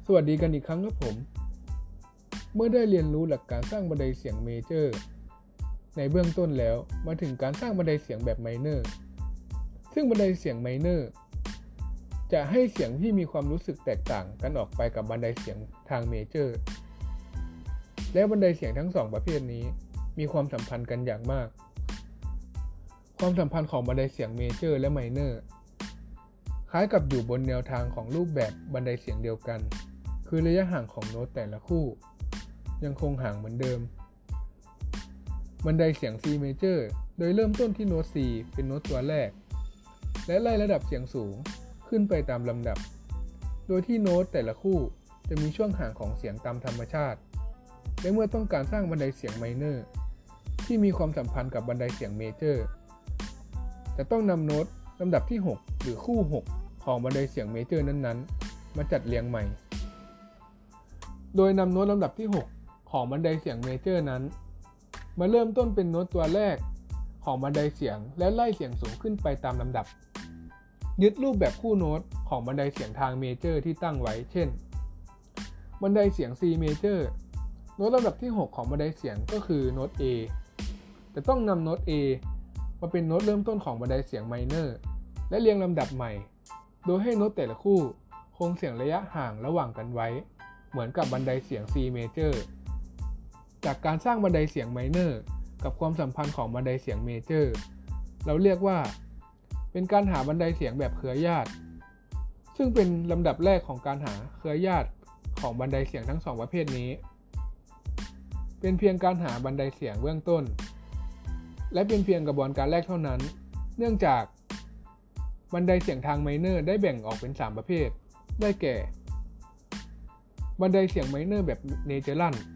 สวัสดีกันอีกครั้งครับผมเมื่อได้เรียนรู้หลักการสร้างบันไดเสียงเมเจอร์ในเบื้องต้นแล้วมาถึงการสร้างบันไดเสียงแบบไมเนอร์ซึ่งบันไดเสียงไมเนอร์จะให้เสียงที่มีความรู้สึกแตกต่างกันออกไปกับบันไดเสียงทางเมเจอร์และบันไดเสียงทั้งสองประเภทนี้มีความสัมพันธ์กันอย่างมากความสัมพันธ์ของบันไดเสียงเมเจอร์และไมเนอร์คล้ายกับอยู่บนแนวทางของรูปแบบบันไดเสียงเดียวกันคือระยะห่างของโน้ตแต่ละคู่ยังคงห่างเหมือนเดิมบันไดเสียง C Major โดยเริ่มต้นที่โน้ต C เป็นโน้ตตัวแรกและไล่ระดับเสียงสูงขึ้นไปตามลำดับโดยที่โน้ตแต่ละคู่จะมีช่วงห่างของเสียงตามธรรมชาติและเมื่อต้องการสร้างบันไดเสียงไมเนอร์ที่มีความสัมพันธ์กับบันไดเสียงเมเจอร์จะต้องนำโน้ตลำดับที่6หรือคู่6ของบันไดเสียงเมเจอร์นั้นๆมาจัดเรียงใหม่โดยนำโน้ตลำดับที่6ของบันไดเสียงเมเจอร์นั้นมาเริ่มต้นเป็นโน้ตตัวแรกของบันไดเสียงและไล่เสียงสูงขึ้นไปตามลำดับยึดรูปแบบคู่โน้ตของบันไดเสียงทางเมเจอร์ที่ตั้งไว้เช่นบันไดเสียง C Major โน้ตลำดับที่6ของบันไดเสียงก็คือโน้ต A แต่ต้องนำโน้ต A มาเป็นโน้ตเริ่มต้นของบันไดเสียงไมเนอร์และเรียงลำดับใหม่โดยให้โน้ตแต่ละคู่คงเสียงระยะห่างระหว่างกันไว้เหมือนกับบันไดเสียง C Major จากการสร้างบันไดเสียงไมเนอร์กับความสัมพันธ์ของบันไดเสียงเมเจอร์เราเรียกว่าเป็นการหาบันไดเสียงแบบเครือญาติซึ่งเป็นลำดับแรกของการหาเครือญาติของบันไดเสียงทั้งสองประเภทนี้เป็นเพียงการหาบันไดเสียงเบื้องต้นและเป็นเพียงกระบวนการแรกเท่านั้นเนื่องจากบันไดเสียงทางไมเนอร์ได้แบ่งออกเป็น3ประเภทได้แก่บันไดเสียงไมเนอร์แบบเนเจอรัล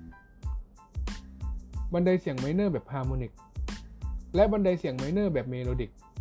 บันไดเสียงไมเนอร์แบบฮาร์โมนิกและบันไดเสียงไมเนอร์แบบเมโลดิก